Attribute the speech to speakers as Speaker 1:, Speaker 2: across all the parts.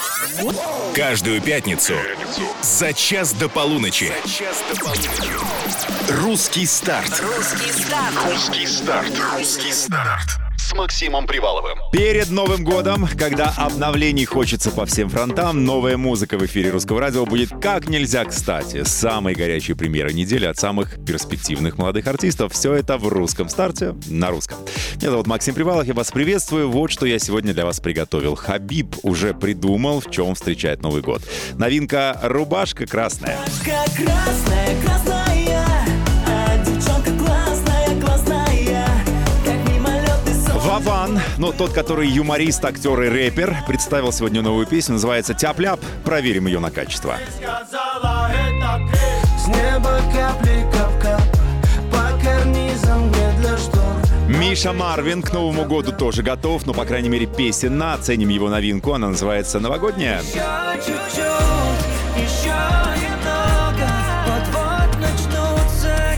Speaker 1: Каждую пятницу за час до полуночи. Русский старт. С Максимом Приваловым.
Speaker 2: Перед Новым годом, когда обновлений хочется по всем фронтам, новая музыка в эфире Русского радио будет как нельзя кстати. Самые горячие премьеры недели от самых перспективных молодых артистов. Все это в русском старте на русском. Меня зовут Максим Привалов, я вас приветствую. Вот что я сегодня для вас приготовил. Хабиб уже придумал, в чем встречает Новый год. Новинка «Рубашка красная».
Speaker 3: Красная, красная, а девчонка классная, классная, как мимолетный сон.
Speaker 2: Вован, тот, который юморист, актер и рэпер, представил сегодня новую песню, называется «Тяп-ляп». Проверим ее на качество.
Speaker 3: С неба капли кап-кап, по карнизам не для штор.
Speaker 2: Миша Марвин к Новому году тоже готов, по крайней мере, песенно. Оценим его новинку, она называется «Новогодняя».
Speaker 3: Еще чуть-чуть, еще немного, вот-вот начнутся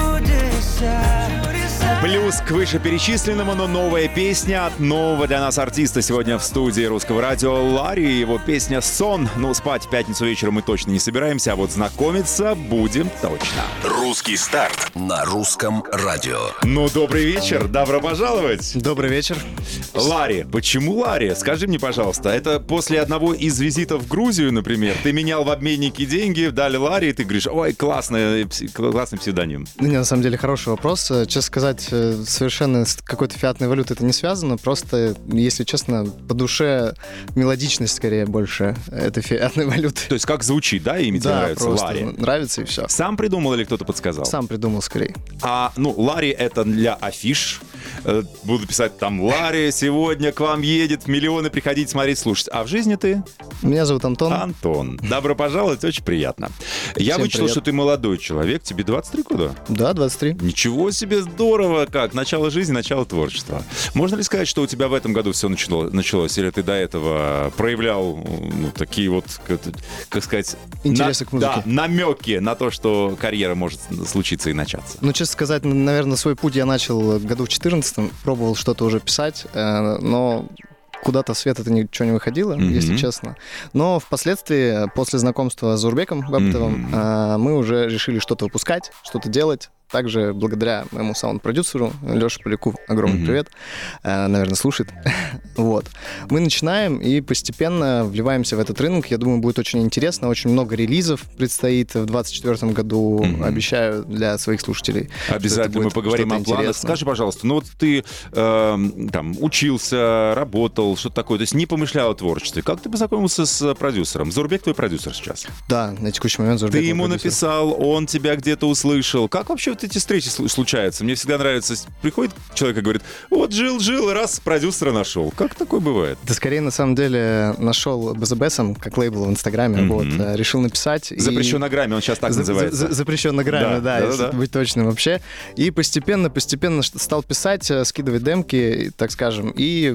Speaker 3: чудеса.
Speaker 2: Плюс к вышеперечисленному, но новая песня от нового для нас артиста сегодня в студии Русского радио Ларри. Его песня «Сон». Спать в пятницу вечером мы точно не собираемся, а вот знакомиться будем точно.
Speaker 1: Русский старт на русском радио.
Speaker 2: Добрый вечер, добро пожаловать.
Speaker 4: Добрый вечер.
Speaker 2: Ларри, почему Ларри? Скажи мне, пожалуйста, это после одного из визитов в Грузию, например, ты менял в обменнике деньги, дали Ларри, и ты говоришь, ой, классный псевдоним.
Speaker 4: На самом деле хороший вопрос. Честно сказать, совершенно с какой-то фиатной валютой это не связано. Просто, если честно, по душе мелодичность скорее больше этой фиатной валюты.
Speaker 2: То есть как звучит, да, имя тебе нравится?
Speaker 4: просто
Speaker 2: Ларри.
Speaker 4: нравится и все.
Speaker 2: Сам придумал или кто-то подсказал?
Speaker 4: Сам придумал скорее.
Speaker 2: Ларри это для афиш. Буду писать там: Ларри сегодня к вам едет, миллионы, приходите смотреть, слушать. А в жизни ты?
Speaker 4: Меня зовут Антон.
Speaker 2: Антон. Добро пожаловать, очень приятно. Я
Speaker 4: Всем
Speaker 2: вычислил,
Speaker 4: привет.
Speaker 2: что ты молодой человек, тебе 23 года?
Speaker 4: Да, 23.
Speaker 2: Ничего себе, здорово как! Начало жизни, начало творчества. Можно ли сказать, что у тебя в этом году все началось? Или ты до этого проявлял такие вот, как сказать...
Speaker 4: Интересы к музыке.
Speaker 2: Да, намеки на то, что карьера может случиться и начаться?
Speaker 4: Честно сказать, наверное, свой путь я начал году в 14-м. Пробовал что-то уже писать, но... Куда-то в свет это ничего не выходило, если честно. Но впоследствии, после знакомства с Зурбеком Бабытовым, мы уже решили что-то выпускать, что-то делать. Также благодаря моему саунд-продюсеру Лёше Поляку огромный привет. Наверное, слушает. Вот. Мы начинаем и постепенно вливаемся в этот рынок. Я думаю, будет очень интересно. Очень много релизов предстоит в 2024 году. Обещаю для своих слушателей.
Speaker 2: Обязательно мы поговорим о планах. Скажи, пожалуйста, ты учился, работал, что-то такое, то есть не помышлял о творчестве. Как ты познакомился с продюсером? Зурбек твой продюсер сейчас?
Speaker 4: Да, на текущий момент Зурбек.
Speaker 2: Ты ему написал, он тебя где-то услышал. Как вообще эти встречи случаются? Мне всегда нравится, приходит человек и говорит, вот жил, раз продюсера нашел. Как такое бывает?
Speaker 4: Да скорее, на самом деле, нашел БЗБСом, как лейбл в Инстаграме, решил написать.
Speaker 2: Запрещен на грамме, он сейчас так называется.
Speaker 4: Запрещен на грамме, да, если быть точным вообще. И постепенно стал писать, скидывать демки, так скажем,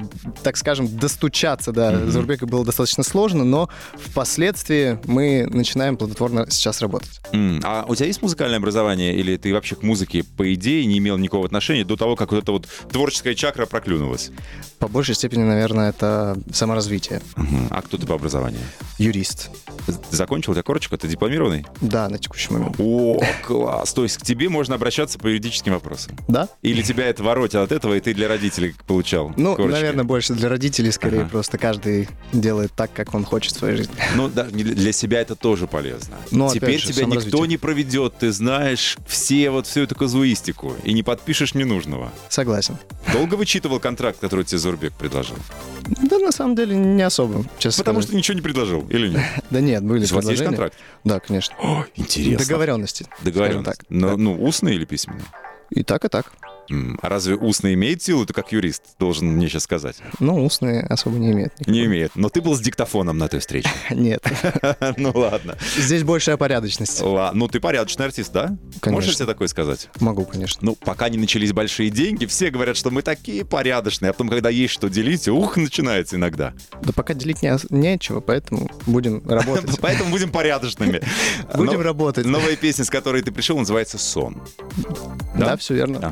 Speaker 4: достучаться до Зурбека было достаточно сложно, но впоследствии мы начинаем плодотворно сейчас работать.
Speaker 2: А у тебя есть музыкальное образование, или ты вообще к музыке, по идее, не имел никакого отношения до того, как вот эта вот творческая чакра проклюнулась?
Speaker 4: По большей степени, наверное, это саморазвитие.
Speaker 2: А кто ты по образованию?
Speaker 4: Юрист.
Speaker 2: Ты закончил, у тебя корочка, ты дипломированный?
Speaker 4: Да, на текущий момент.
Speaker 2: О, класс! То есть к тебе можно обращаться по юридическим вопросам?
Speaker 4: Да.
Speaker 2: Или тебя это воротило от этого, и ты для родителей получал корочки?
Speaker 4: Наверное, больше для родителей, скорее. Просто каждый делает так, как он хочет в своей жизни.
Speaker 2: Да, для себя это тоже полезно.
Speaker 4: Но,
Speaker 2: теперь
Speaker 4: опять же,
Speaker 2: тебя никто
Speaker 4: саморазвитие.
Speaker 2: не проведет, ты знаешь всю эту казуистику, и не подпишешь ненужного.
Speaker 4: Согласен.
Speaker 2: Долго вычитывал контракт, который тебе Зурбек предложил?
Speaker 4: Да, на самом деле, не особо, честно
Speaker 2: Потому
Speaker 4: сказать.
Speaker 2: что ничего не предложил, или нет?
Speaker 4: Да нет, были
Speaker 2: У вас есть
Speaker 4: предложения.
Speaker 2: контракт?
Speaker 4: Да, конечно.
Speaker 2: О, интересно.
Speaker 4: Договоренности.
Speaker 2: Договоренность.
Speaker 4: скажем так.
Speaker 2: Устный или письменный?
Speaker 4: И так, и так.
Speaker 2: А разве устный имеет силу? Ты как юрист должен мне сейчас сказать.
Speaker 4: Устные особо не имеют. никакой.
Speaker 2: Не имеет. Но ты был с диктофоном на той встрече.
Speaker 4: Нет.
Speaker 2: Ну ладно.
Speaker 4: Здесь большая порядочность.
Speaker 2: Ладно. Ты порядочный артист, да?
Speaker 4: Конечно.
Speaker 2: Можешь себе такое сказать?
Speaker 4: Могу, конечно.
Speaker 2: Пока не начались большие деньги, все говорят, что мы такие порядочные, а потом, когда есть что делить, начинается иногда.
Speaker 4: Да пока делить нечего, поэтому будем работать.
Speaker 2: Поэтому будем порядочными.
Speaker 4: Будем работать.
Speaker 2: Новая песня, с которой ты пришел, называется «Сон».
Speaker 4: Да, все верно.
Speaker 2: Ага. Но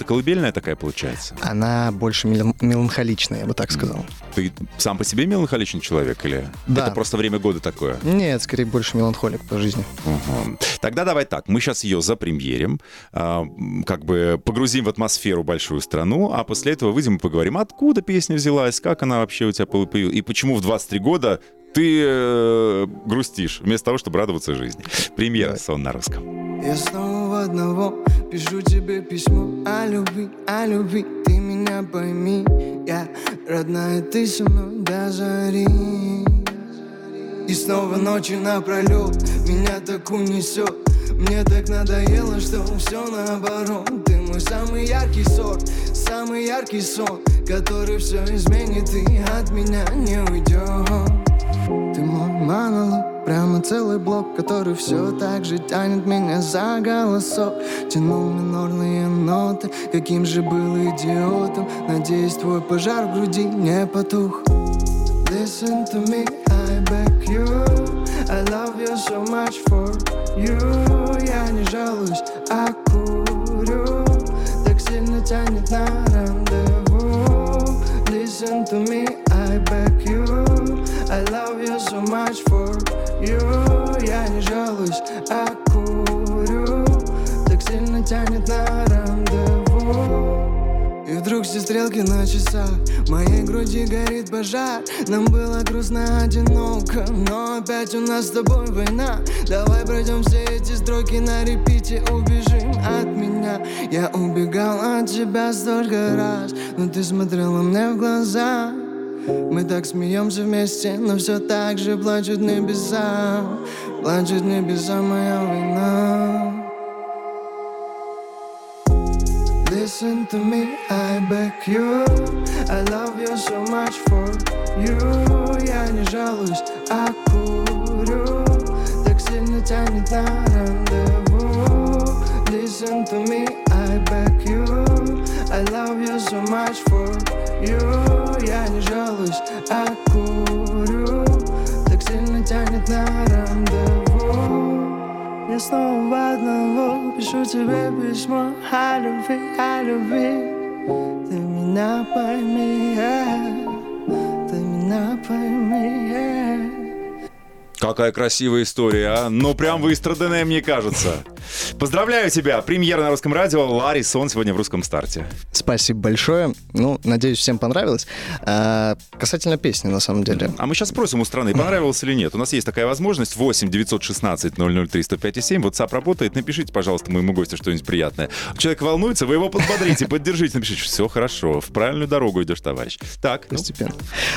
Speaker 2: что-то колыбельная такая получается?
Speaker 4: Она больше меланхоличная, я бы так сказал.
Speaker 2: Ты сам по себе меланхоличный человек или
Speaker 4: Да.
Speaker 2: это просто время года такое?
Speaker 4: Нет, скорее больше меланхолик по жизни.
Speaker 2: Угу. Тогда давай так, мы сейчас ее запремьерим, как бы погрузим в атмосферу большую страну, а после этого выйдем и поговорим, откуда песня взялась, как она вообще у тебя появилась, и почему в 23 года ты грустишь, вместо того, чтобы радоваться жизни. Премьера «Сон на русском».
Speaker 3: Я снова в одного пишу тебе письмо о любви, ты меня пойми. Я родная, ты со мной до зари. И снова ночи напролет меня так унесет. Мне так надоело, что все наоборот. Ты мой самый яркий сорт, самый яркий сон, который все изменит, и от меня не уйдешь. Ты мой монолог, прямо целый блок, который все так же тянет меня за голосок. Тянул минорные ноты, каким же был идиотом. Надеюсь, твой пожар в груди не потух. Listen to me, I beg you, I love you so much for you. Я не жалуюсь, а курю, так сильно тянет на рандеву. Listen to me, I beg you, I love you so much for you. Я не жалуюсь, а курю, так сильно тянет на рандеву. И вдруг все стрелки на часах, в моей груди горит пожар. Нам было грустно, одиноко, но опять у нас с тобой война. Давай пройдем все эти строки на репите, убежим от меня. Я убегал от тебя столько раз, но ты смотрела мне в глаза. Мы так смеемся вместе, но все так же плачут небеса. Плачут небеса, моя вина. Listen to me, I beg you, I love you so much for you. Я не жалуюсь, а курю, так сильно тянет на рандеву. Listen to me, I beg you, I love you so much for you. Я не жалуюсь, а курю, так сильно тянет на рандеву. Я снова в одного пишу тебе письмо о любви. Ты меня пойми, ты меня пойми.
Speaker 2: Какая красивая история, а? Ну, прям выстраданная, мне кажется. Поздравляю тебя! Премьера на Русском радио. Ларри Сон сегодня в «Русском старте».
Speaker 4: Спасибо большое. Ну, надеюсь, всем понравилось. Касательно песни, на самом деле.
Speaker 2: А мы сейчас спросим у страны, понравилось или нет. У нас есть такая возможность. 8 916 003 105 7. WhatsApp работает. Напишите, пожалуйста, моему гостю что-нибудь приятное. Человек волнуется, вы его подбодрите, поддержите. Напишите, все хорошо, в правильную дорогу идешь, товарищ. Так,
Speaker 4: Постепенно.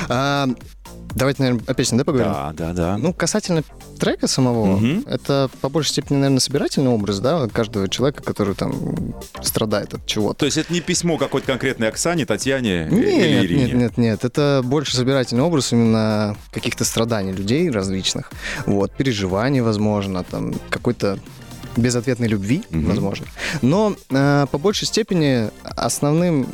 Speaker 4: Давайте, наверное, о песне, да, поговорим?
Speaker 2: Да.
Speaker 4: Ну, касательно трека самого, это по большей степени, наверное, собирательный образ, да, каждого человека, который там страдает от чего-то.
Speaker 2: То есть это не письмо какой-то конкретной Оксане, Татьяне или Ирине?
Speaker 4: Нет. Это больше собирательный образ именно каких-то страданий людей различных. Вот, переживаний, возможно, там, какой-то безответной любви, возможно. Но по большей степени основной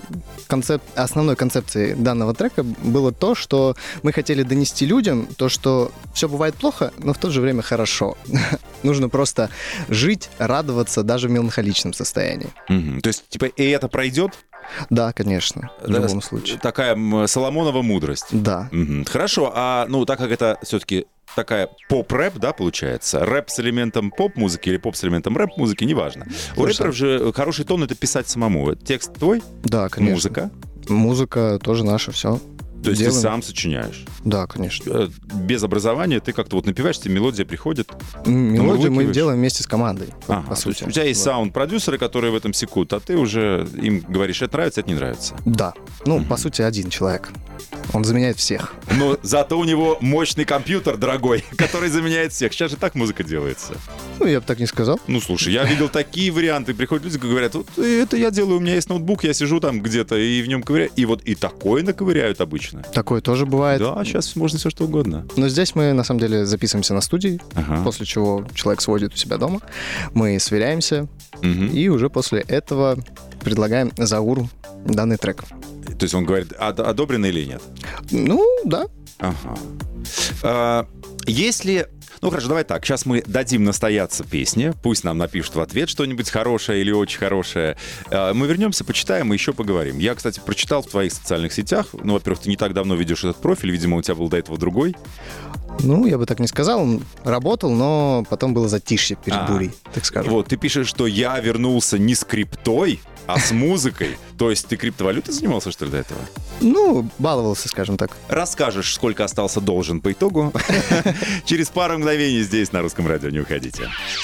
Speaker 4: концепцией данного трека было то, что мы хотели донести людям то, что все бывает плохо, но в то же время хорошо. Нужно просто жить, радоваться даже в меланхоличном состоянии.
Speaker 2: То есть, типа, и это пройдет?
Speaker 4: Да, конечно, в любом случае.
Speaker 2: Такая Соломонова мудрость.
Speaker 4: Да.
Speaker 2: Хорошо, так как это все-таки такая поп-рэп, да, получается? Рэп с элементом поп-музыки или поп с элементом рэп-музыки, неважно. У рэперов же хороший тон — это писать самому. Текст твой?
Speaker 4: Да, конечно.
Speaker 2: Музыка?
Speaker 4: Музыка тоже наша, все.
Speaker 2: То есть ты сам сочиняешь?
Speaker 4: Да, конечно.
Speaker 2: Без образования ты как-то вот напеваешь, тебе мелодия приходит?
Speaker 4: Мелодию мы делаем вместе с командой, по сути.
Speaker 2: У тебя есть саунд-продюсеры, которые в этом секут, а ты уже им говоришь, это нравится, это не нравится?
Speaker 4: Да. По сути, один человек. Он заменяет всех.
Speaker 2: Но зато у него мощный компьютер дорогой, который заменяет всех. Сейчас же так музыка делается.
Speaker 4: Я бы так не сказал.
Speaker 2: Слушай, я видел такие варианты. Приходят люди, говорят, вот это я делаю, у меня есть ноутбук, я сижу там где-то и в нем ковыряю. И такое наковыряют обычно.
Speaker 4: Такое тоже бывает.
Speaker 2: Да, сейчас можно все что угодно.
Speaker 4: Но здесь мы, на самом деле, записываемся на студии, после чего человек сводит у себя дома. Мы сверяемся, и уже после этого предлагаем Зауру данный трек.
Speaker 2: То есть он говорит, одобрено или нет?
Speaker 4: Да.
Speaker 2: Ага. Есть ли Ну хорошо, давай так. Сейчас мы дадим настояться песне. Пусть нам напишут в ответ что-нибудь хорошее или очень хорошее. Мы вернемся, почитаем и еще поговорим. Я, кстати, прочитал в твоих социальных сетях. Ну, во-первых, ты не так давно ведешь этот профиль. Видимо, у тебя был до этого другой.
Speaker 4: Ну, я бы так не сказал. Он работал, но потом было затишье перед бурей, так скажем.
Speaker 2: Вот, ты пишешь, что я вернулся не с криптой, а с музыкой. То есть ты криптовалютой занимался, что ли, до этого?
Speaker 4: Ну, баловался, скажем так.
Speaker 2: Расскажешь, сколько остался должен по итогу. Через пару мгновений здесь, на Русском радио. Не уходите.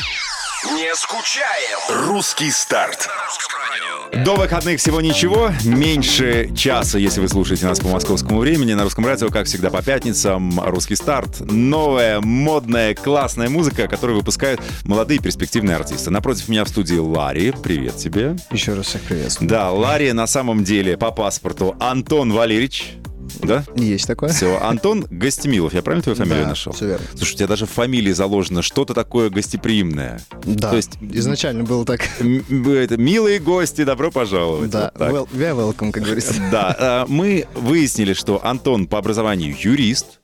Speaker 1: Не скучаем. Русский старт.
Speaker 2: До выходных всего ничего. Меньше часа, если вы слушаете нас по московскому времени. На Русском радио, как всегда, по пятницам. Русский старт. Новая, модная, классная музыка, которую выпускают молодые перспективные артисты. Напротив меня в студии Ларри. Привет тебе.
Speaker 4: Еще раз всех приветствую.
Speaker 2: Да, Ларри на самом деле по паспорту Антон Валерьевич. Да?
Speaker 4: Есть такое.
Speaker 2: Все, Антон Гостемилов, я правильно твою фамилию
Speaker 4: Да,
Speaker 2: нашел?
Speaker 4: все верно.
Speaker 2: Слушай, у тебя даже в фамилии заложено что-то такое гостеприимное.
Speaker 4: Да,
Speaker 2: То есть
Speaker 4: изначально было так.
Speaker 2: Это милые гости, добро пожаловать.
Speaker 4: Да,
Speaker 2: Вот так.
Speaker 4: we are welcome, как говорится.
Speaker 2: Да, мы выяснили, что Антон по образованию юрист,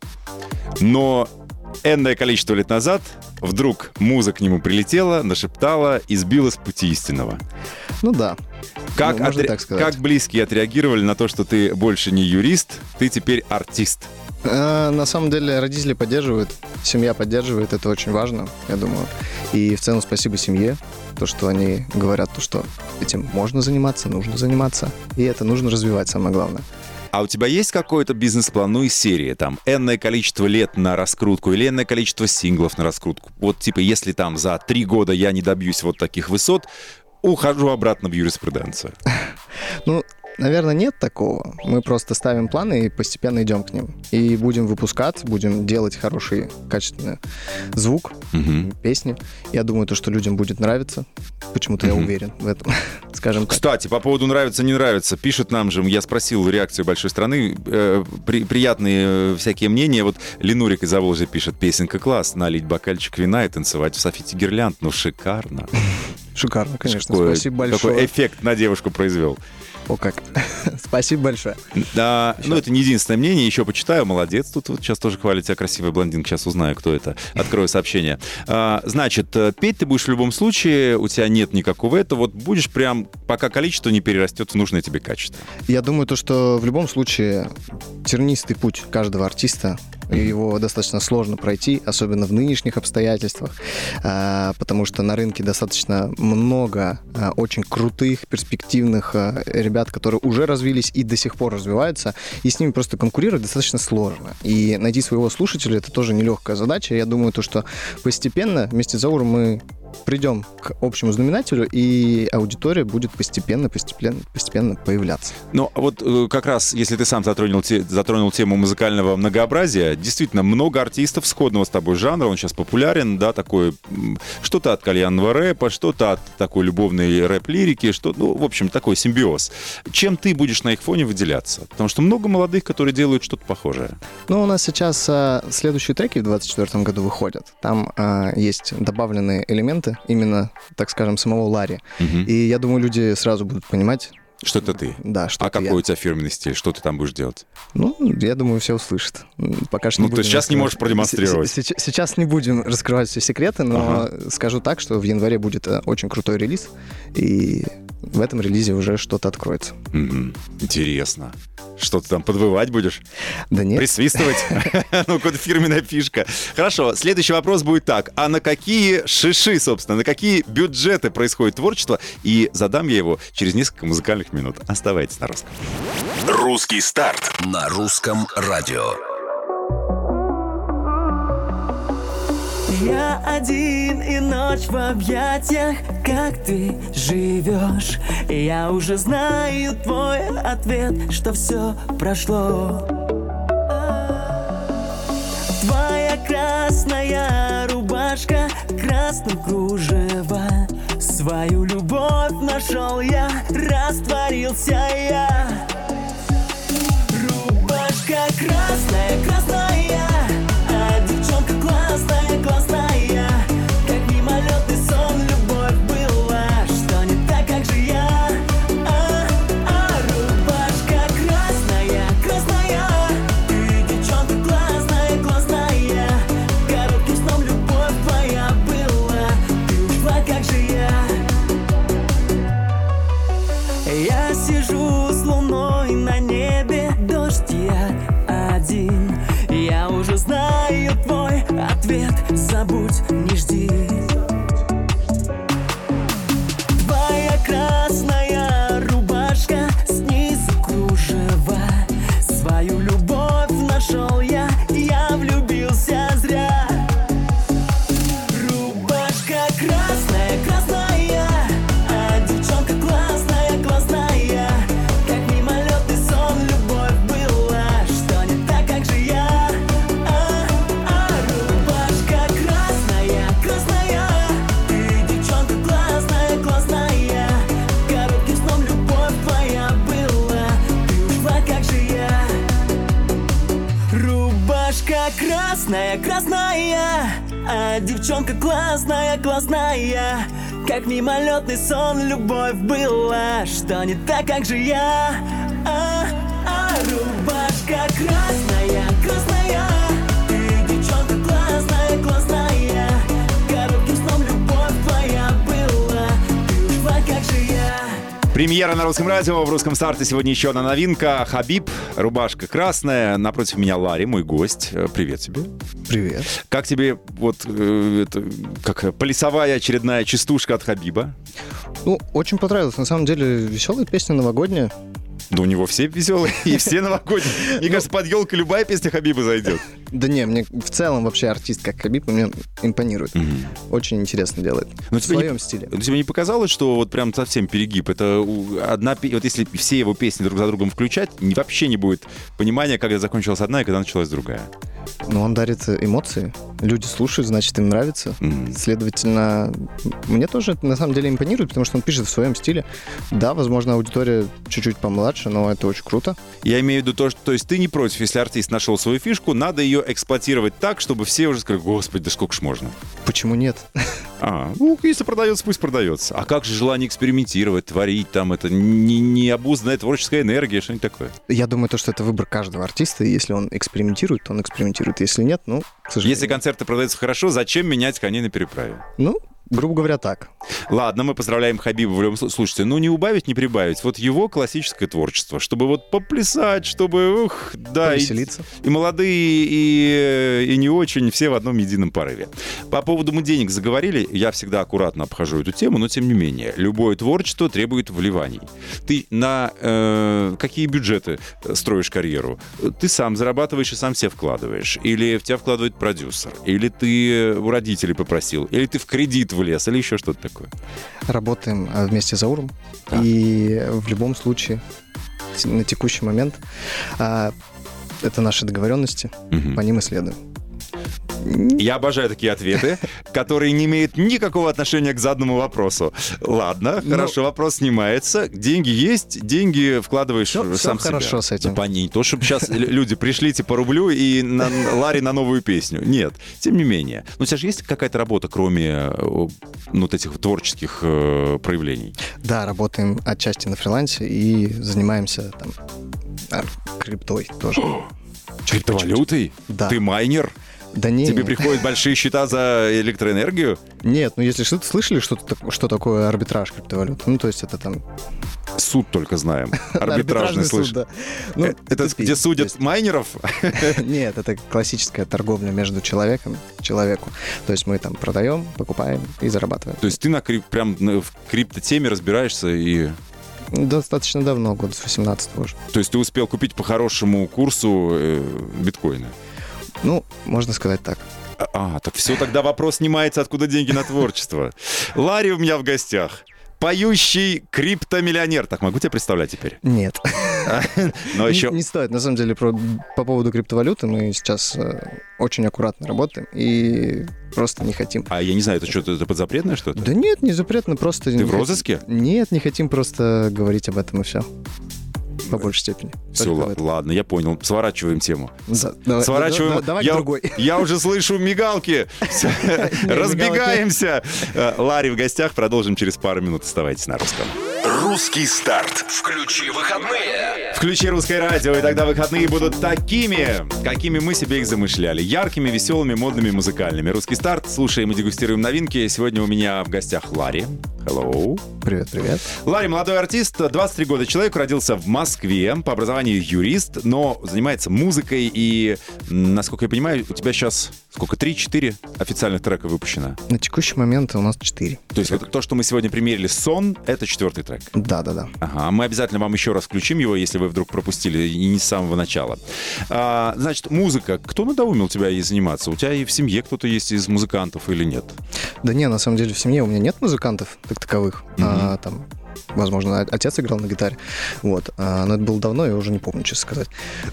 Speaker 2: но энное количество лет назад вдруг муза к нему прилетела, нашептала и сбила с пути истинного.
Speaker 4: Ну да.
Speaker 2: Как,
Speaker 4: можно так сказать.
Speaker 2: как близкие отреагировали на то, что ты больше не юрист, ты теперь артист?
Speaker 4: На самом деле родители поддерживают, семья поддерживает, это очень важно, я думаю. И в целом спасибо семье, то, что они говорят, то, что этим можно заниматься, нужно заниматься, и это нужно развивать, самое главное.
Speaker 2: А у тебя есть какой-то бизнес-план, ну, из серии, там, энное количество лет на раскрутку или энное количество синглов на раскрутку? Вот, типа, если там за 3 года я не добьюсь вот таких высот, ухожу обратно в юриспруденцию.
Speaker 4: Ну, наверное, нет такого. Мы просто ставим планы и постепенно идем к ним. И будем выпускать, будем делать хороший, качественный звук, песни. Я думаю, то, что людям будет нравиться. Почему-то я уверен в этом, скажем так.
Speaker 2: Кстати, по поводу нравится, не нравится, пишут нам же, я спросил реакцию большой страны, приятные всякие мнения. Вот Ленурик из Заволжья пишет: песенка класс, налить бокальчик вина и танцевать в софите гирлянд. Ну, шикарно.
Speaker 4: Шикарно, конечно. Спасибо большое.
Speaker 2: Какой эффект на девушку произвел.
Speaker 4: О, как. Спасибо большое.
Speaker 2: Да, ну это не единственное мнение, еще почитаю, молодец. Тут вот сейчас тоже хвалит тебя красивая блондинка, сейчас узнаю, кто это. Открою сообщение. Значит, петь ты будешь в любом случае, у тебя нет никакого этого, вот будешь прям, пока количество не перерастет в нужное тебе качество. Я
Speaker 4: думаю, то, что в любом случае тернистый путь каждого артиста, его достаточно сложно пройти, особенно в нынешних обстоятельствах, потому что на рынке достаточно много очень крутых, перспективных ребят, которые уже развились и до сих пор развиваются, и с ними просто конкурировать достаточно сложно. И найти своего слушателя — это тоже нелегкая задача. Я думаю, то, что постепенно вместе с Зауром мы придем к общему знаменателю, и аудитория будет постепенно появляться.
Speaker 2: Ну, вот как раз, если ты сам затронул тему музыкального многообразия, действительно, много артистов сходного с тобой жанра, он сейчас популярен, да, такой, что-то от кальянного рэпа, что-то от такой любовной рэп-лирики, ну, в общем, такой симбиоз. Чем ты будешь на их фоне выделяться? Потому что много молодых, которые делают что-то похожее.
Speaker 4: Ну, у нас сейчас следующие треки в 2024 году выходят. Там есть добавленные элементы именно, так скажем, самого Ларри. И я думаю, люди сразу будут понимать,
Speaker 2: что это ты.
Speaker 4: Да, что это
Speaker 2: какой
Speaker 4: я.
Speaker 2: У тебя фирменный стиль? Что ты там будешь делать?
Speaker 4: Ну, я думаю, все услышат. Пока что
Speaker 2: не будем. Ты сейчас не можешь продемонстрировать.
Speaker 4: Сейчас не будем раскрывать все секреты, но скажу так, что в январе будет очень крутой релиз, и в этом релизе уже что-то откроется.
Speaker 2: Интересно. Что ты там, подвывать будешь?
Speaker 4: Да нет.
Speaker 2: Присвистывать? Ну, какая-то фирменная фишка. Хорошо, следующий вопрос будет так. А на какие шиши, собственно, на какие бюджеты происходит творчество? И задам я его через несколько музыкальных минут. Оставайтесь на русском.
Speaker 1: Русский старт на Русском радио.
Speaker 5: Я один и ночь в объятиях, как ты живешь. Я уже знаю твой ответ, что все прошло. Твоя красная рубашка, красным кружева. Свою любовь нашел я, растворился я. Рубашка красная, красная, а девчонка классная, классная. Как мимолетный сон, любовь была, что не так, как же я. Рубашка красная, красная, ты девчонка классная, классная. Коротким сном любовь красная, красная, а девчонка классная, классная. Как мимолетный сон, любовь была. Что не так, как же я? Рубашка красная, красная. Ты девчонка классная, классная. Коротким сном любовь твоя была. Ты ушла, как же я.
Speaker 2: Премьера на Русском радио. В Русском старте сегодня еще одна новинка. Хабиб, рубашка красная. Напротив меня Ларри, мой гость. Привет тебе.
Speaker 4: Привет.
Speaker 2: Как тебе вот это, как плясовая очередная частушка от Хабиба?
Speaker 4: Ну, очень понравилось. На самом деле, веселая песня, новогодняя.
Speaker 2: Да у него все веселые и все новогодние. Мне кажется, под елкой любая песня Хабиба зайдет.
Speaker 4: Да не, мне в целом вообще артист как Хабиб мне импонирует. Очень интересно делает. В своем стиле.
Speaker 2: Тебе не показалось, что вот прям совсем перегиб? Это одна... Вот если все его песни друг за другом включать, вообще не будет понимания, когда закончилась одна и когда началась другая.
Speaker 4: Но он дарит эмоции. Люди слушают, значит, им нравится. Следовательно, мне тоже на самом деле импонирует, потому что он пишет в своем стиле. Да, возможно, аудитория чуть-чуть помладше, но это очень круто.
Speaker 2: Я имею в виду то есть ты не против, если артист нашел свою фишку, надо ее эксплуатировать так, чтобы все уже сказали: господи, да сколько ж можно.
Speaker 4: Почему нет?
Speaker 2: Если продается, пусть продается. А как же желание экспериментировать, творить, там, это необузданная творческая энергия, что-нибудь такое?
Speaker 4: Я думаю, что это выбор каждого артиста, и если он экспериментирует, то он экспериментирует. Если нет, к сожалению.
Speaker 2: Если концерты продаются хорошо, зачем менять коней на переправе?
Speaker 4: Грубо говоря, так.
Speaker 2: Ладно, мы поздравляем Хабиба в любом случае. Слушайте, не убавить, не прибавить. Вот его классическое творчество, чтобы вот поплясать, чтобы,
Speaker 4: повеселиться.
Speaker 2: И молодые, и не очень, все в одном едином порыве. По поводу мы денег заговорили, я всегда аккуратно обхожу эту тему, но тем не менее, любое творчество требует вливаний. Ты на какие бюджеты строишь карьеру? Ты сам зарабатываешь и сам себе вкладываешь? Или в тебя вкладывает продюсер? Или ты у родителей попросил? Или ты в кредит влез? Или еще что-то такое?
Speaker 4: Работаем вместе с Ауром. Да. И в любом случае, на текущий момент, это наши договоренности, по ним и следуем.
Speaker 2: Я обожаю такие ответы, которые не имеют никакого отношения к заданному вопросу. Ладно, хорошо, вопрос снимается. Деньги есть, деньги вкладываешь сам себя.
Speaker 4: Хорошо с этим.
Speaker 2: Да, не то, чтобы сейчас люди пришлите по рублю и Ларри на новую песню. Нет, тем не менее. Но у тебя же есть какая-то работа, кроме вот этих творческих проявлений?
Speaker 4: Да, работаем отчасти на фрилансе и занимаемся там криптой тоже.
Speaker 2: Криптовалютой?
Speaker 4: Да.
Speaker 2: Ты майнер?
Speaker 4: Да не.
Speaker 2: Тебе приходят большие счета за электроэнергию?
Speaker 4: Нет, если что-то слышали, что такое арбитраж криптовалют? То есть это там...
Speaker 2: Суд только знаем. Арбитражный суд, да. Это где судят майнеров?
Speaker 4: Нет, это классическая торговля между человеком и человеку. То есть мы там продаем, покупаем и зарабатываем.
Speaker 2: То есть ты прям в криптотеме разбираешься и...
Speaker 4: Достаточно давно, года с 18-го уже.
Speaker 2: То есть ты успел купить по хорошему курсу биткоины?
Speaker 4: Можно сказать так.
Speaker 2: Так все, тогда вопрос снимается, откуда деньги на творчество. Ларри у меня в гостях. Поющий криптомиллионер. Так, могу тебя представлять теперь?
Speaker 4: Нет.
Speaker 2: Но еще...
Speaker 4: Не стоит. На самом деле, по поводу криптовалюты мы сейчас очень аккуратно работаем и просто не хотим.
Speaker 2: Я не знаю, это что-то подзапретное что-то?
Speaker 4: Да нет, не запретно, просто...
Speaker 2: Ты в розыске?
Speaker 4: Нет, не хотим просто говорить об этом и все. По большей степени.
Speaker 2: Все, ладно, я понял. Сворачиваем тему.
Speaker 4: Сворачиваем. Давай другой.
Speaker 2: Я уже слышу мигалки. Разбегаемся. Ларри в гостях. Продолжим через пару минут. Оставайтесь на русском.
Speaker 1: Русский старт. Включи выходные.
Speaker 2: Включи русское радио, и тогда выходные будут такими, какими мы себе их замышляли. Яркими, веселыми, модными, музыкальными. Русский старт. Слушаем и дегустируем новинки. Сегодня у меня в гостях Ларри. Hello.
Speaker 4: Привет, привет.
Speaker 2: Ларри молодой артист, 23 года. Человек родился в Москве, по образованию юрист, но занимается музыкой. И, насколько я понимаю, у тебя сейчас сколько, 3-4 официальных трека выпущено?
Speaker 4: На текущий момент у нас 4.
Speaker 2: То есть вот то, что мы сегодня примерили, «Сон», это 4-й трек?
Speaker 4: Да.
Speaker 2: Ага, мы обязательно вам еще раз включим его, если вы вдруг пропустили и не с самого начала. Значит, музыка. Кто надоумил тебя ей заниматься? У тебя и в семье кто-то есть из музыкантов или нет?
Speaker 4: Да не, на самом деле в семье у меня нет музыкантов как таковых. Там, возможно, отец играл на гитаре. Но это было давно, я уже не помню, честно сказать.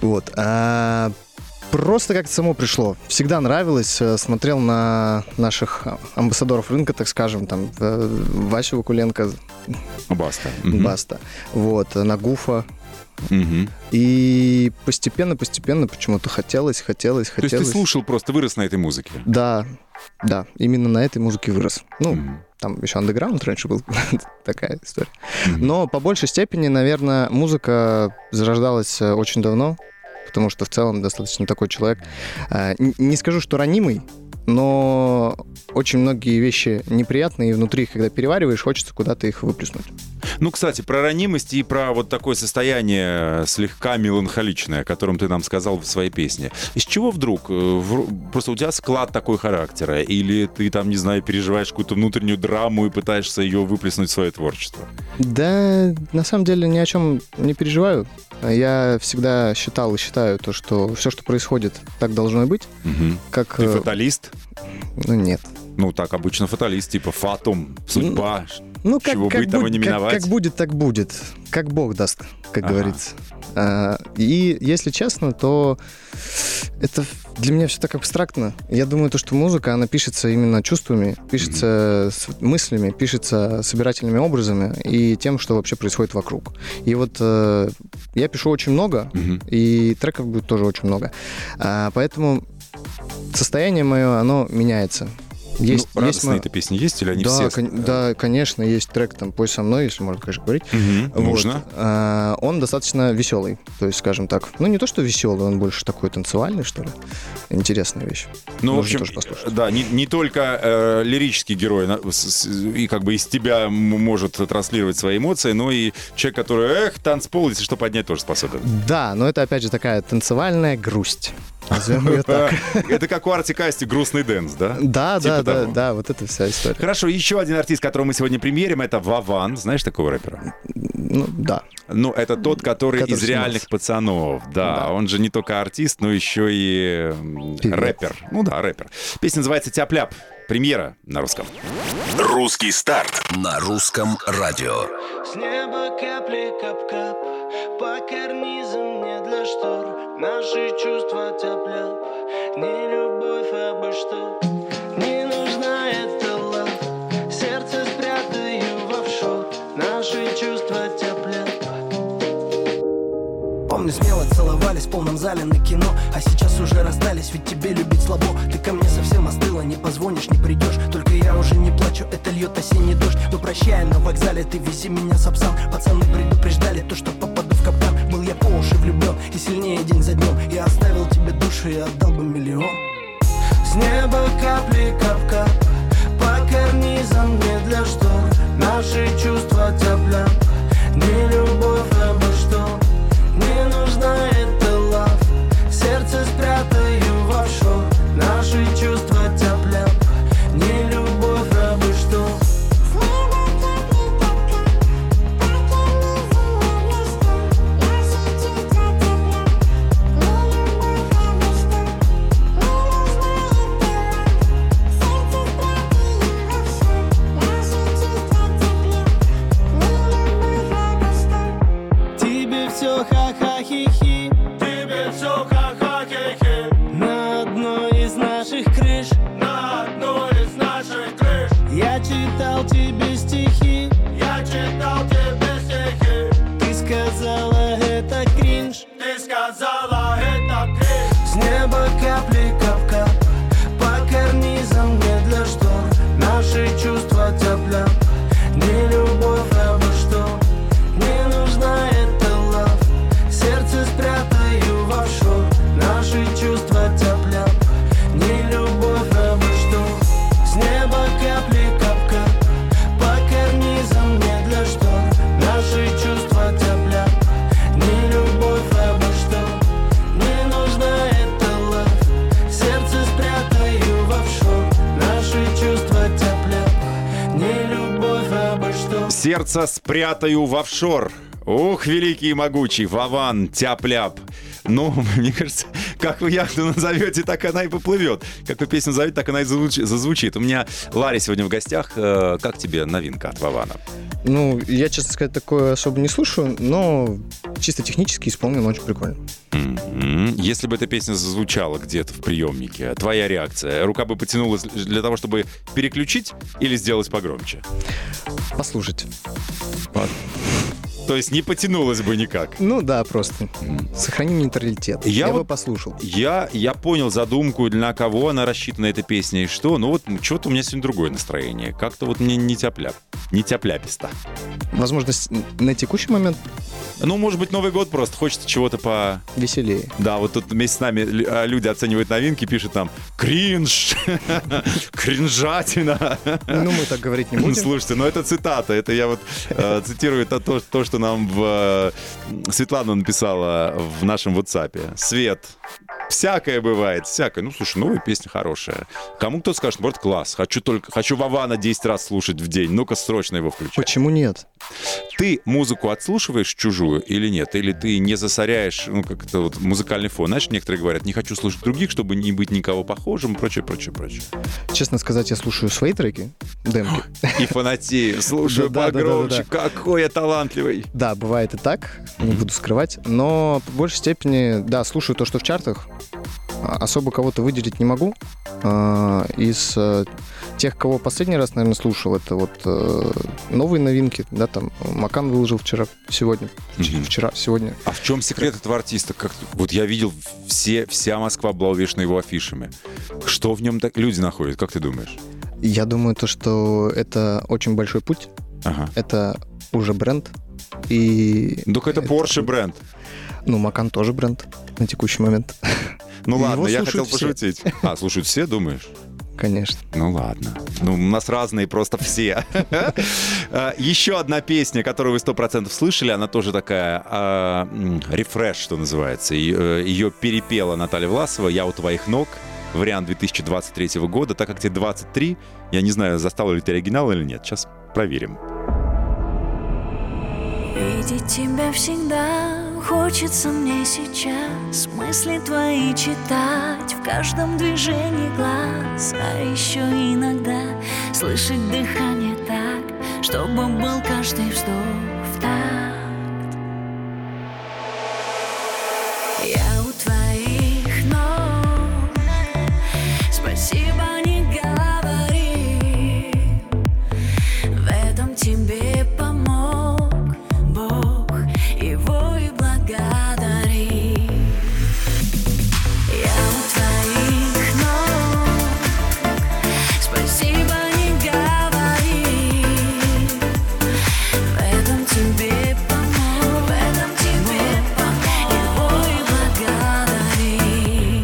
Speaker 4: Просто как-то само пришло. Всегда нравилось. Смотрел на наших амбассадоров рынка, так скажем, там, Васю Вакуленко.
Speaker 2: Баста.
Speaker 4: Баста. На Гуфа. И постепенно почему-то хотелось.
Speaker 2: То есть ты слушал, просто вырос на этой музыке?
Speaker 4: Да, именно на этой музыке вырос. Там еще андеграунд раньше был, такая история. Но по большей степени, наверное, музыка зарождалась очень давно, потому что в целом достаточно такой человек. Не скажу, что ранимый, но очень многие вещи неприятные, и внутри, когда перевариваешь, хочется куда-то их выплеснуть.
Speaker 2: Кстати, про ранимость и про вот такое состояние слегка меланхоличное, о котором ты нам сказал в своей песне. Из чего вдруг? Просто у тебя склад такой характера? Или ты там, не знаю, переживаешь какую-то внутреннюю драму и пытаешься ее выплеснуть в свое творчество?
Speaker 4: Да, на самом деле ни о чем не переживаю. Я всегда считал и считаю то, что все, что происходит, так должно и быть. Как...
Speaker 2: Ты фаталист?
Speaker 4: Нет.
Speaker 2: Так обычно фаталист, типа фатум, судьба,
Speaker 4: как,
Speaker 2: чего быть, того не миновать.
Speaker 4: Как будет, так будет. Как Бог даст, как говорится. И если честно, то это для меня все так абстрактно. Я думаю, что музыка, она пишется именно чувствами, пишется с мыслями, пишется собирательными образами и тем, что вообще происходит вокруг. И вот я пишу очень много, и треков будет тоже очень много. Поэтому состояние мое, оно меняется.
Speaker 2: Радостные-то песни есть или они все?
Speaker 4: Да, конечно, есть трек там «Пой со мной», если можно, конечно, говорить.
Speaker 2: Можно.
Speaker 4: Он достаточно веселый, то есть, скажем так. Не то, что веселый, он больше такой танцевальный, что ли. Интересная вещь.
Speaker 2: В общем, тоже послушать. Да, не только лирический герой и как бы из тебя может транслировать свои эмоции, но и человек, который, танцпол, если что, поднять, тоже способен.
Speaker 4: Да, но это, опять же, такая танцевальная грусть. Назовем ее так.
Speaker 2: Это как у Арти Касти грустный дэнс, да?
Speaker 4: Да, вот это вся история.
Speaker 2: Хорошо, еще один артист, которого мы сегодня примерим, это Вован. Знаешь такого рэпера?
Speaker 4: Да.
Speaker 2: Это тот, который из «Реальных пацанов». Да, он же не только артист, но еще и рэпер. Рэпер. Песня называется «Тяп-ляп». Премьера на русском.
Speaker 1: Русский старт на русском радио.
Speaker 3: С неба капли кап-кап, по карнизам не для штор. Наши чувства тяп-ляп, не любовь, а бы что. Не нужна эта лав, сердце спрятаю в офшор. Наши чувства тяп-ляп. Помню, смело целовались в полном зале на кино. А сейчас уже расстались, ведь тебе любить слабо. Ты ко мне совсем остыла, не позвонишь, не придешь. Только я уже не плачу, это льет осенний дождь. Но прощай на вокзале, ты вези меня сапсан. Пацаны предупреждали то, что попаду в капкан. Был я по уши влюблен и сильнее день за днем. Я оставил тебе душу и отдал бы миллион. С неба капли кап-кап, по карнизам не для штор. Наши чувства тяп-ляп, не любовь, а бы что. Не нужна эта лав, сердце спрятаю в офшор. Наши чувства тяп-ляп, не любовь, а бы что. Тебе все ха-ха-хи-хи, тебе все ха-ха-хи-хи. На одной из наших крыш, на одной из наших крыш. Я читал тебе стихи, я читал тебе стихи. Ты сказала, это кринж, ты сказала, это кринж. С неба капли кап-кап, по карнизам не для штор. Наши чувства тяп-ляп, не любовь, а бы что. Не нужна эта лав, сердце спрятаю в офшор. Наши чувства тяп-ляп, не любовь, а бы что. С неба капли кап-кап, по карнизам не для штор. Наши чувства тяп-ляп, не любовь, а бы что. Не нужна эта лав, сердце спрятаю в офшор. Наши чувства тяп-ляп, не любовь, а бы что.
Speaker 2: Сердце спрятаю в офшор. Ох, великий и могучий Вован, тяп-ляп. Мне кажется, как вы яхту назовете, так она и поплывет. Как вы песню назовете, так она и зазвучит. У меня Ларри сегодня в гостях. Как тебе новинка от Вована?
Speaker 4: Я, честно сказать, такое особо не слушаю, но чисто технически исполнен очень прикольно.
Speaker 2: Если бы эта песня зазвучала где-то в приемнике, твоя реакция? Рука бы потянулась для того, чтобы переключить или сделать погромче?
Speaker 4: Послушать.
Speaker 2: То есть не потянулось бы никак.
Speaker 4: Ну да, просто сохраним нейтралитет. Я бы послушал.
Speaker 2: Я понял задумку, на кого она рассчитана, эта песня, и что. Ну вот что-то у меня сегодня другое настроение. Как-то вот мне не тяп-ляписто.
Speaker 4: Возможно, на текущий момент
Speaker 2: Ну, может быть, Новый год просто. Хочется чего-то по...
Speaker 4: веселее.
Speaker 2: Да, вот тут вместе с нами люди оценивают новинки, пишут там кринж, кринжатина.
Speaker 4: Ну, мы так говорить не будем.
Speaker 2: Слушайте, ну это цитата. Это я вот цитирую то, что нам Светлана написала в нашем WhatsApp. Свет, всякое бывает, всякое. Ну, слушай, новая песня хорошая. Кому кто скажет, наоборот, класс. Хочу Вована 10 раз слушать в день. Ну-ка, срочно его включай.
Speaker 4: Почему нет?
Speaker 2: Ты музыку отслушиваешь чужую или нет? Или ты не засоряешь, ну, как-то вот музыкальный фон? Знаешь, некоторые говорят, не хочу слушать других, чтобы не быть никого похожим, прочее.
Speaker 4: Честно сказать, я слушаю свои треки, демки.
Speaker 2: И фанатею. Слушаю погромче. Какой я талантливый.
Speaker 4: Да, бывает и так, не буду скрывать. Но в большей степени, да, слушаю то, что в чартах. Особо кого-то выделить не могу. Из тех, кого последний раз, наверное, слушал, это вот новые новинки, да, там Макан выложил сегодня.
Speaker 2: А в чем секрет этого артиста? Вот я видел, вся Москва была увешана его афишами. Что в нем так люди находят, как ты думаешь?
Speaker 4: Я думаю, что это очень большой путь.
Speaker 2: Ага.
Speaker 4: Это уже бренд. И
Speaker 2: только это Porsche бренд.
Speaker 4: Ну, Макан тоже бренд на текущий момент.
Speaker 2: Ну ладно, я хотел пошутить. Слушают все, думаешь?
Speaker 4: Конечно.
Speaker 2: Ну ладно. Ну, у нас разные просто все. Еще одна песня, которую вы 100% слышали, она тоже такая рефреш, что называется. Ее перепела Наталья Власова «Я у твоих ног». Вариант 2023 года. Так как тебе 23, я не знаю, застал ли ты оригинал или нет. Сейчас проверим.
Speaker 6: Видеть тебя всегда хочется мне сейчас, мысли твои читать в каждом движении глаз, а еще иногда слышать дыхание так, чтобы был каждый вздох в такт. Я у твоих ног, спасибо не говори, в этом тебе помог Бог, его и благодари. Я у твоих ног, спасибо не говори, в этом тебе помог, его и благодари,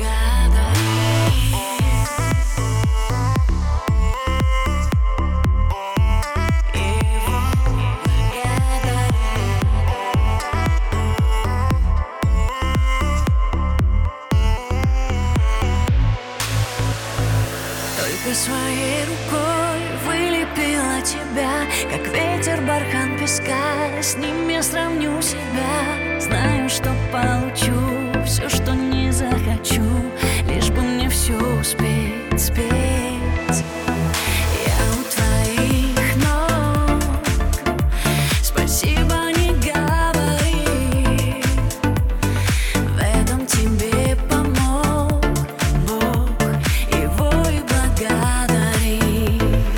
Speaker 6: Только своей рукой вылепила тебя, как ветер бархан песка, с ним я сравню себя. Знаю, что получу все, что не захочу, лишь бы мне все успеть спеть. Я у твоих ног, спасибо не говори, в этом тебе помог Бог, его и благодари.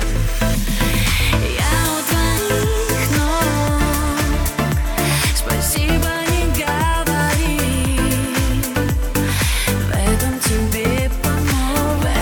Speaker 6: Я у твоих ног, спасибо не говори, в этом тебе помог,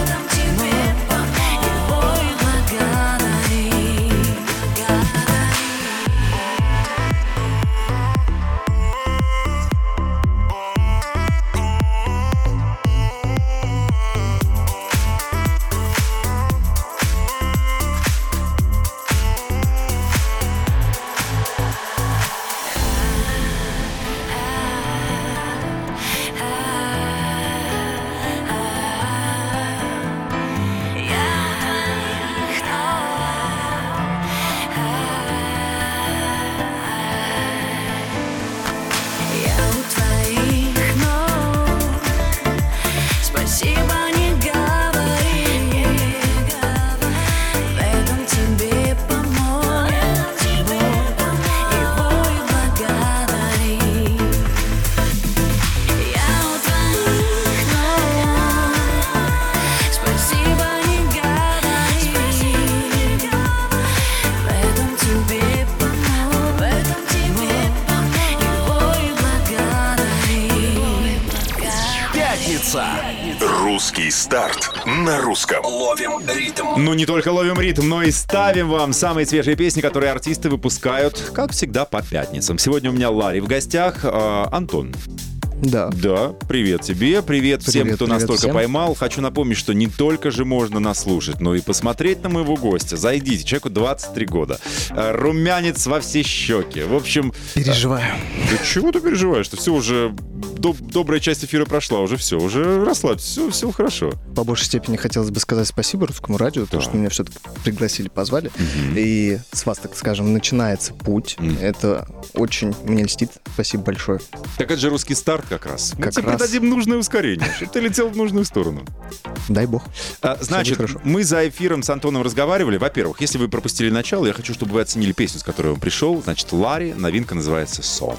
Speaker 1: старт на русском. Ловим ритм.
Speaker 2: Ну, не только ловим ритм, но и ставим вам самые свежие песни, которые артисты выпускают, как всегда, по пятницам. Сегодня у меня Ларри в гостях. Антон.
Speaker 4: Да.
Speaker 2: Да, привет тебе, привет всем, кто нас только
Speaker 4: всем.
Speaker 2: поймал. Хочу напомнить, что не только же можно нас слушать, но и посмотреть на моего гостя. Зайдите, человеку 23 года. Румянец во все щеки. В общем...
Speaker 4: Переживаю.
Speaker 2: Да чего ты переживаешь? Что все уже... Добрая часть эфира прошла, уже все, уже расслабься, все хорошо.
Speaker 4: По большей степени хотелось бы сказать спасибо Русскому радио, то, что меня все-таки пригласили, позвали. И с вас, так скажем, начинается путь. Это очень мне льстит. Спасибо большое.
Speaker 2: Так это же русский старт как раз. Мы
Speaker 4: Как
Speaker 2: тебе
Speaker 4: раз.
Speaker 2: придадим нужное ускорение, чтобы ты летел в нужную сторону.
Speaker 4: Дай бог.
Speaker 2: Значит,
Speaker 4: хорошо.
Speaker 2: мы за эфиром с Антоном разговаривали. Во-первых, если вы пропустили начало, я хочу, чтобы вы оценили песню, с которой он пришел. Значит, Ларри, новинка называется «Сон».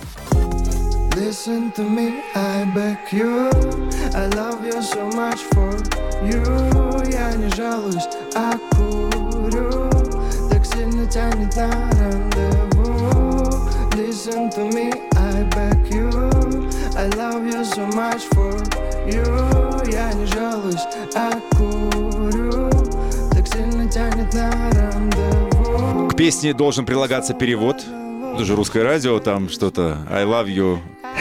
Speaker 3: Listen to me, I beg you. I love you so much for you. Я не жалуюсь, а курю. Так сильно тянет на рандеву. Listen to me, I beg you. I love you so much for you. Я не жалуюсь, а курю. Так сильно тянет на рандеву.
Speaker 2: К песне должен прилагаться перевод. Это же русское радио, там что-то I love you,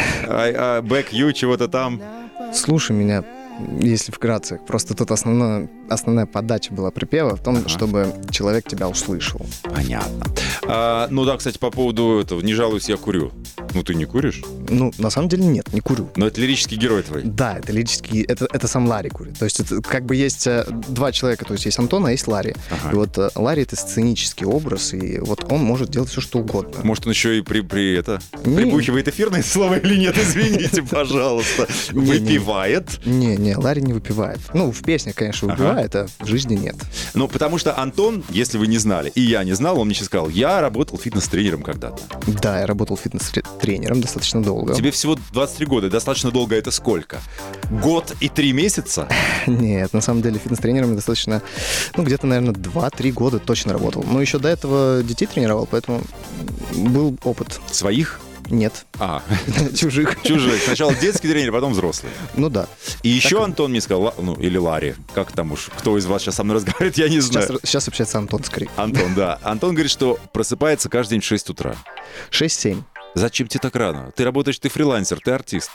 Speaker 2: I beg you, чего-то там.
Speaker 4: Слушай меня, если вкратце. Просто тут основная подача была припева в том, чтобы человек тебя услышал.
Speaker 2: Понятно. Ну да, кстати, по поводу этого, не жалуюсь, я курю. Ну ты не куришь?
Speaker 4: Ну, на самом деле нет, не курю.
Speaker 2: Но это лирический герой твой.
Speaker 4: Да, это лирический, это сам Ларри курит. То есть это как бы есть два человека, то есть есть Антон, а есть Ларри.
Speaker 2: Ага.
Speaker 4: И вот Ларри — это сценический образ, и вот он может делать все, что угодно.
Speaker 2: Может, он еще и
Speaker 4: Не.
Speaker 2: прибухивает эфирные слова или нет? Извините, пожалуйста. Выпивает.
Speaker 4: Не, Ларри не выпивает. Ну, в песнях, конечно, выпивает, а в жизни нет.
Speaker 2: Ну, потому что Антон, если вы не знали, и я не знал, он мне сейчас сказал, я работал фитнес-тренером когда-то.
Speaker 4: Да, я работал фитнес-тренером достаточно долго.
Speaker 2: Тебе всего 23 года, достаточно долго это сколько? Год и 3 месяца?
Speaker 4: Нет, на самом деле фитнес-тренером я достаточно, где-то, наверное, 2-3 года точно работал. Но еще до этого детей тренировал, поэтому был опыт.
Speaker 2: Своих?
Speaker 4: Нет. Чужих.
Speaker 2: Чужих. Сначала детский тренер, потом взрослый.
Speaker 4: Ну да.
Speaker 2: И еще Антон мне сказал, ну, или Ларри, как там уж, кто из вас сейчас со мной разговаривает, я не знаю.
Speaker 4: Сейчас общается Антон скорее.
Speaker 2: Антон, да. Антон говорит, что просыпается каждый день в 6 утра.
Speaker 4: 6-7.
Speaker 2: Зачем тебе так рано? Ты работаешь, ты фрилансер, ты артист.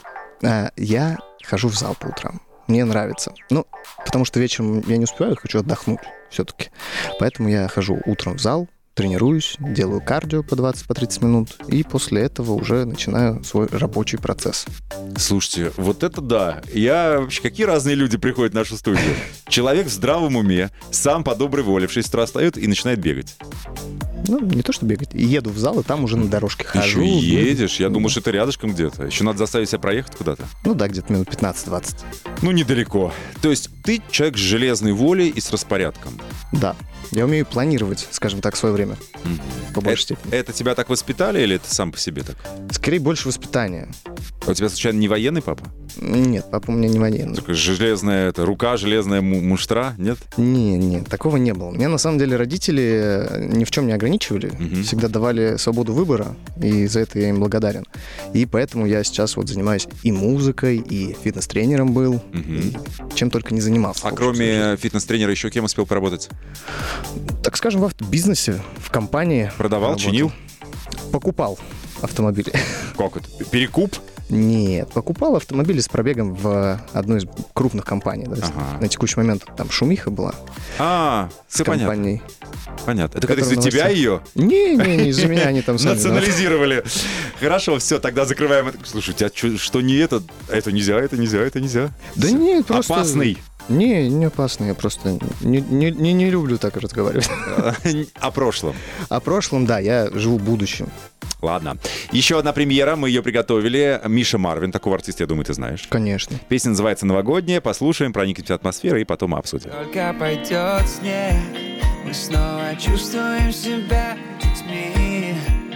Speaker 4: Я хожу в зал по утрам. Мне нравится. Ну, потому что вечером я не успеваю, хочу отдохнуть все-таки. Поэтому я хожу утром в зал, тренируюсь, делаю кардио по 20-30 минут, и после этого уже начинаю свой рабочий процесс.
Speaker 2: Слушайте, вот это да. Вообще, какие разные люди приходят в нашу студию. Человек в здравом уме, сам по доброй воле в 6 утра встает и начинает бегать.
Speaker 4: Ну, не то, что бегать. Еду в зал, и там уже на дорожке хожу.
Speaker 2: Еще и едешь? Я думал, что это рядышком где-то. Еще надо заставить себя проехать куда-то.
Speaker 4: Ну да, где-то минут 15-20.
Speaker 2: Ну, недалеко. То есть ты человек с железной волей и с распорядком.
Speaker 4: Да. Я умею планировать, скажем так, свое время. По большей степени.
Speaker 2: Это тебя так воспитали или ты сам по себе так?
Speaker 4: Скорее, больше воспитания.
Speaker 2: А у тебя, случайно, не военный папа?
Speaker 4: Нет, папа у меня не военный.
Speaker 2: Такая железная рука, железная муштра, нет?
Speaker 4: Не, такого не было. Меня, на самом деле, родители ни в чем не ограничивали. Всегда давали свободу выбора, и за это я им благодарен. И поэтому я сейчас вот занимаюсь и музыкой, и фитнес-тренером был, и чем только не занимался.
Speaker 2: А кроме фитнес-тренера еще кем успел поработать?
Speaker 4: Так скажем, в автобизнесе, в компании.
Speaker 2: Продавал,
Speaker 4: работал.
Speaker 2: чинил?
Speaker 4: Покупал автомобили.
Speaker 2: Как это? Перекуп?
Speaker 4: Нет, покупал автомобили с пробегом в одной из крупных компаний. Да.
Speaker 2: Ага.
Speaker 4: На текущий момент там шумиха была
Speaker 2: Все
Speaker 4: с компанией.
Speaker 2: Понятно. Это
Speaker 4: Которая
Speaker 2: когда из-за тебя ее
Speaker 4: Не, из-за меня они там сами.
Speaker 2: национализировали. Хорошо, все, тогда закрываем это. Слушай, у тебя что не это? Это нельзя, это нельзя, это нельзя.
Speaker 4: Да нет, просто...
Speaker 2: Опасный.
Speaker 4: Не опасный, я просто не люблю так разговаривать.
Speaker 2: О прошлом.
Speaker 4: О прошлом, да, я живу будущим.
Speaker 2: Ладно. Еще одна премьера, мы ее приготовили. Миша Марвин, такого артиста, я думаю, ты знаешь.
Speaker 4: Конечно.
Speaker 2: Песня называется «Новогодняя». Послушаем, проникнемся в атмосферу и потом обсудим.
Speaker 5: Только пойдет снег, мы снова чувствуем себя детьми.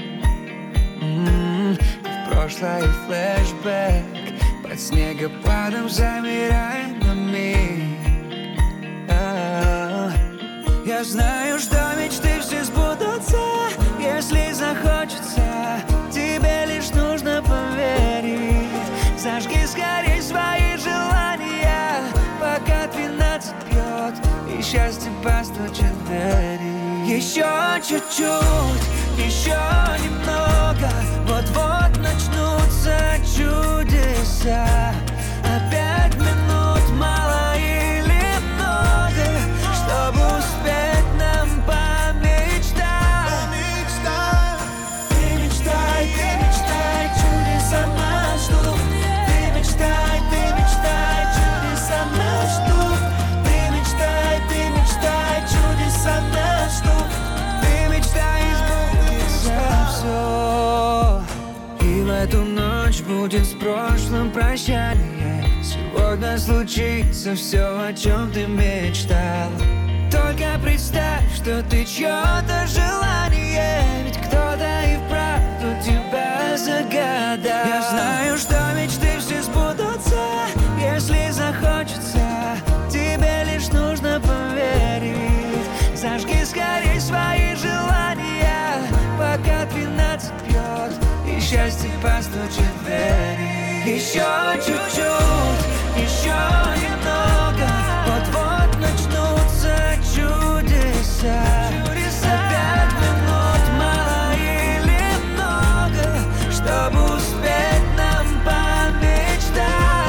Speaker 5: В прошлое флешбэк, под снегопадом замираем на миг. Я знаю, что мечты все сбудутся, если захочется. Тебе лишь нужно поверить. Зажги скорей свои желания, пока 12
Speaker 3: счастье постучит в двери. Еще чуть-чуть, еще немного, вот-вот начнутся чудеса. Опять минут мало или много, чтобы успеть нам помечтать. Ты мечтай, чудеса нас ждут. Ты мечтай, чудеса нас ждут. Ты мечтай, чудеса нас ждут. Ты мечтай, избудется все. И в эту ночь будет с прошлым прощание. Сегодня случится все, о чем ты мечтал. Только представь, что ты чье-то желание, ведь кто-то и вправду тебя загадал. Я знаю, что мечты все сбудутся, если захочется. Тебе лишь нужно поверить. Зажги скорей свои желания, пока 12 бьет и счастье постучит в двери. Еще чуть-чуть, еще немного, вот-вот начнутся чудеса. Опять минут мало или много, чтобы успеть нам помечтать.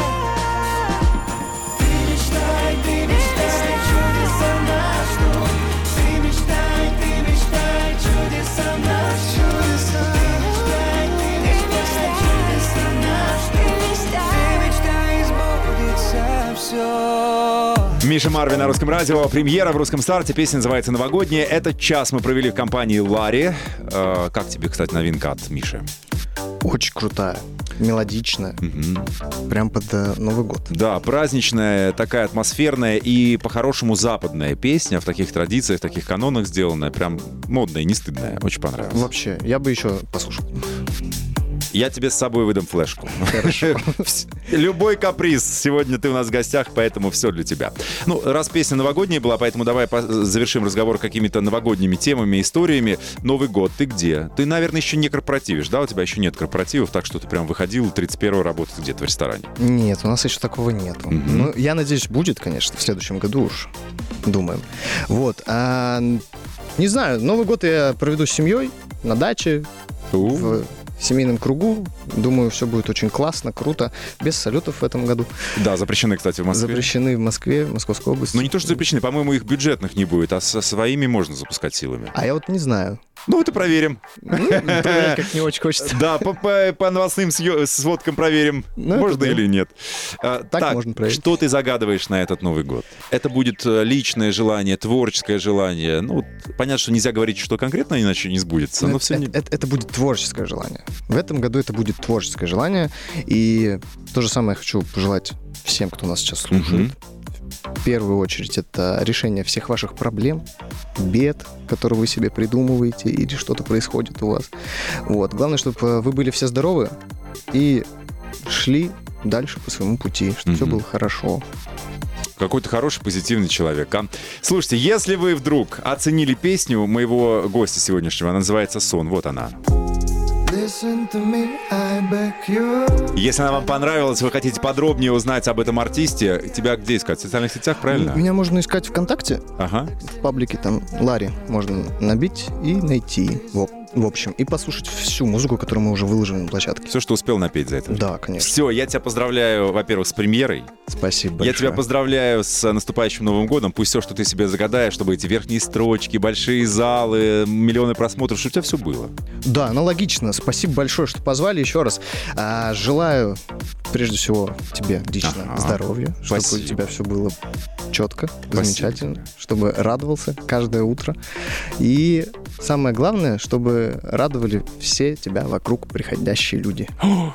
Speaker 3: Ты мечтай, чудеса нас ждут. Ты мечтай, чудеса нас ждут. Ты мечтай, чудеса нас ждут. Ты мечтай, избудется все.
Speaker 2: Миша Марвин на Русском радио. Премьера в Русском старте. Песня называется «Новогодняя». Этот час мы провели в компании Ларри. Как тебе, кстати, новинка от Миши?
Speaker 4: Очень крутая, мелодичная, прям под Новый год.
Speaker 2: Да, праздничная, такая атмосферная и по-хорошему западная песня, в таких традициях, в таких канонах сделанная, прям модная, не стыдная. Очень понравилось.
Speaker 4: Вообще, я бы еще послушал.
Speaker 2: Я тебе с собой выдам флешку.
Speaker 4: Хорошо.
Speaker 2: Любой каприз. Сегодня ты у нас в гостях, поэтому все для тебя. Ну, раз песня новогодняя была, поэтому давай завершим разговор какими-то новогодними темами, историями. Новый год, ты где? Ты, наверное, еще не корпоративишь, да? У тебя еще нет корпоративов, так что ты прям выходил 31-го работать где-то в ресторане.
Speaker 4: Нет, у нас еще такого нету. Ну, я надеюсь, будет, конечно, в следующем году уж. Думаем. Вот. Не знаю, Новый год я проведу с семьей на даче, в семейном кругу. Думаю, все будет очень классно, круто. Без салютов в этом году.
Speaker 2: Да, запрещены, кстати, в Москве.
Speaker 4: Запрещены в Москве, в Московской области.
Speaker 2: Но не то, что запрещены, по-моему, их бюджетных не будет, а со своими можно запускать силами.
Speaker 4: А я вот не знаю.
Speaker 2: Ну, это проверим.
Speaker 4: Проверять как не очень хочется.
Speaker 2: Да, по новостным сводкам проверим,
Speaker 4: Ну,
Speaker 2: можно
Speaker 4: это да.
Speaker 2: или нет.
Speaker 4: Так можно проверить.
Speaker 2: Что ты загадываешь на этот Новый год? Это будет личное желание, творческое желание. Ну, понятно, что нельзя говорить, что конкретно, иначе не сбудется. Но все
Speaker 4: Это будет творческое желание. В этом году это будет творческое желание. И то же самое я хочу пожелать всем, кто нас сейчас слушает. В первую очередь это решение всех ваших проблем, бед, которые вы себе придумываете или что-то происходит у вас. Вот. Главное, чтобы вы были все здоровы и шли дальше по своему пути, чтобы все было хорошо.
Speaker 2: Какой-то хороший, позитивный человек, а? Слушайте, если вы вдруг оценили песню моего гостя сегодняшнего, она называется «Сон», вот она.
Speaker 3: Listen to me, I beg you.
Speaker 2: Если она вам понравилась, вы хотите подробнее узнать об этом артисте, тебя где искать? В социальных сетях, правильно?
Speaker 4: Меня можно искать ВКонтакте,
Speaker 2: Ага.
Speaker 4: в паблике там Ларри можно набить и найти. В общем, и послушать всю музыку, которую мы уже выложили на площадке.
Speaker 2: Все, что успел напеть за это.
Speaker 4: Да, конечно.
Speaker 2: Все, я тебя поздравляю, во-первых, с премьерой.
Speaker 4: Спасибо большое.
Speaker 2: Я тебя поздравляю с наступающим Новым годом. Пусть все, что ты себе загадаешь, чтобы эти верхние строчки, большие залы, миллионы просмотров, чтобы у тебя все было.
Speaker 4: Да, аналогично. Спасибо большое, что позвали еще раз. Желаю, прежде всего, тебе лично здоровья, чтобы
Speaker 2: Спасибо.
Speaker 4: у тебя все было четко,
Speaker 2: Спасибо.
Speaker 4: замечательно, чтобы радовался каждое утро. И самое главное, чтобы радовали все тебя вокруг приходящие люди.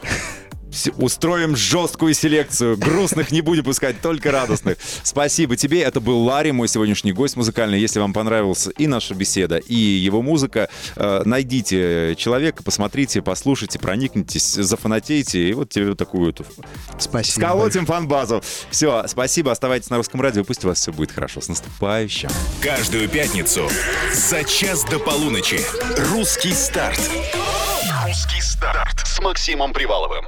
Speaker 2: Устроим жесткую селекцию. Грустных не будем пускать, только радостных. Спасибо тебе. Это был Ларри, мой сегодняшний гость музыкальный. Если вам понравилась и наша беседа, и его музыка, найдите человека, посмотрите, послушайте, проникнитесь, зафанатейте. И вот тебе вот такую вот
Speaker 4: Спасибо.
Speaker 2: сколотим фан-базу. Все, спасибо. Оставайтесь на Русском радио. Пусть у вас все будет хорошо. С наступающим.
Speaker 1: Каждую пятницу за час до полуночи. Русский старт.
Speaker 7: Русский старт с Максимом Приваловым.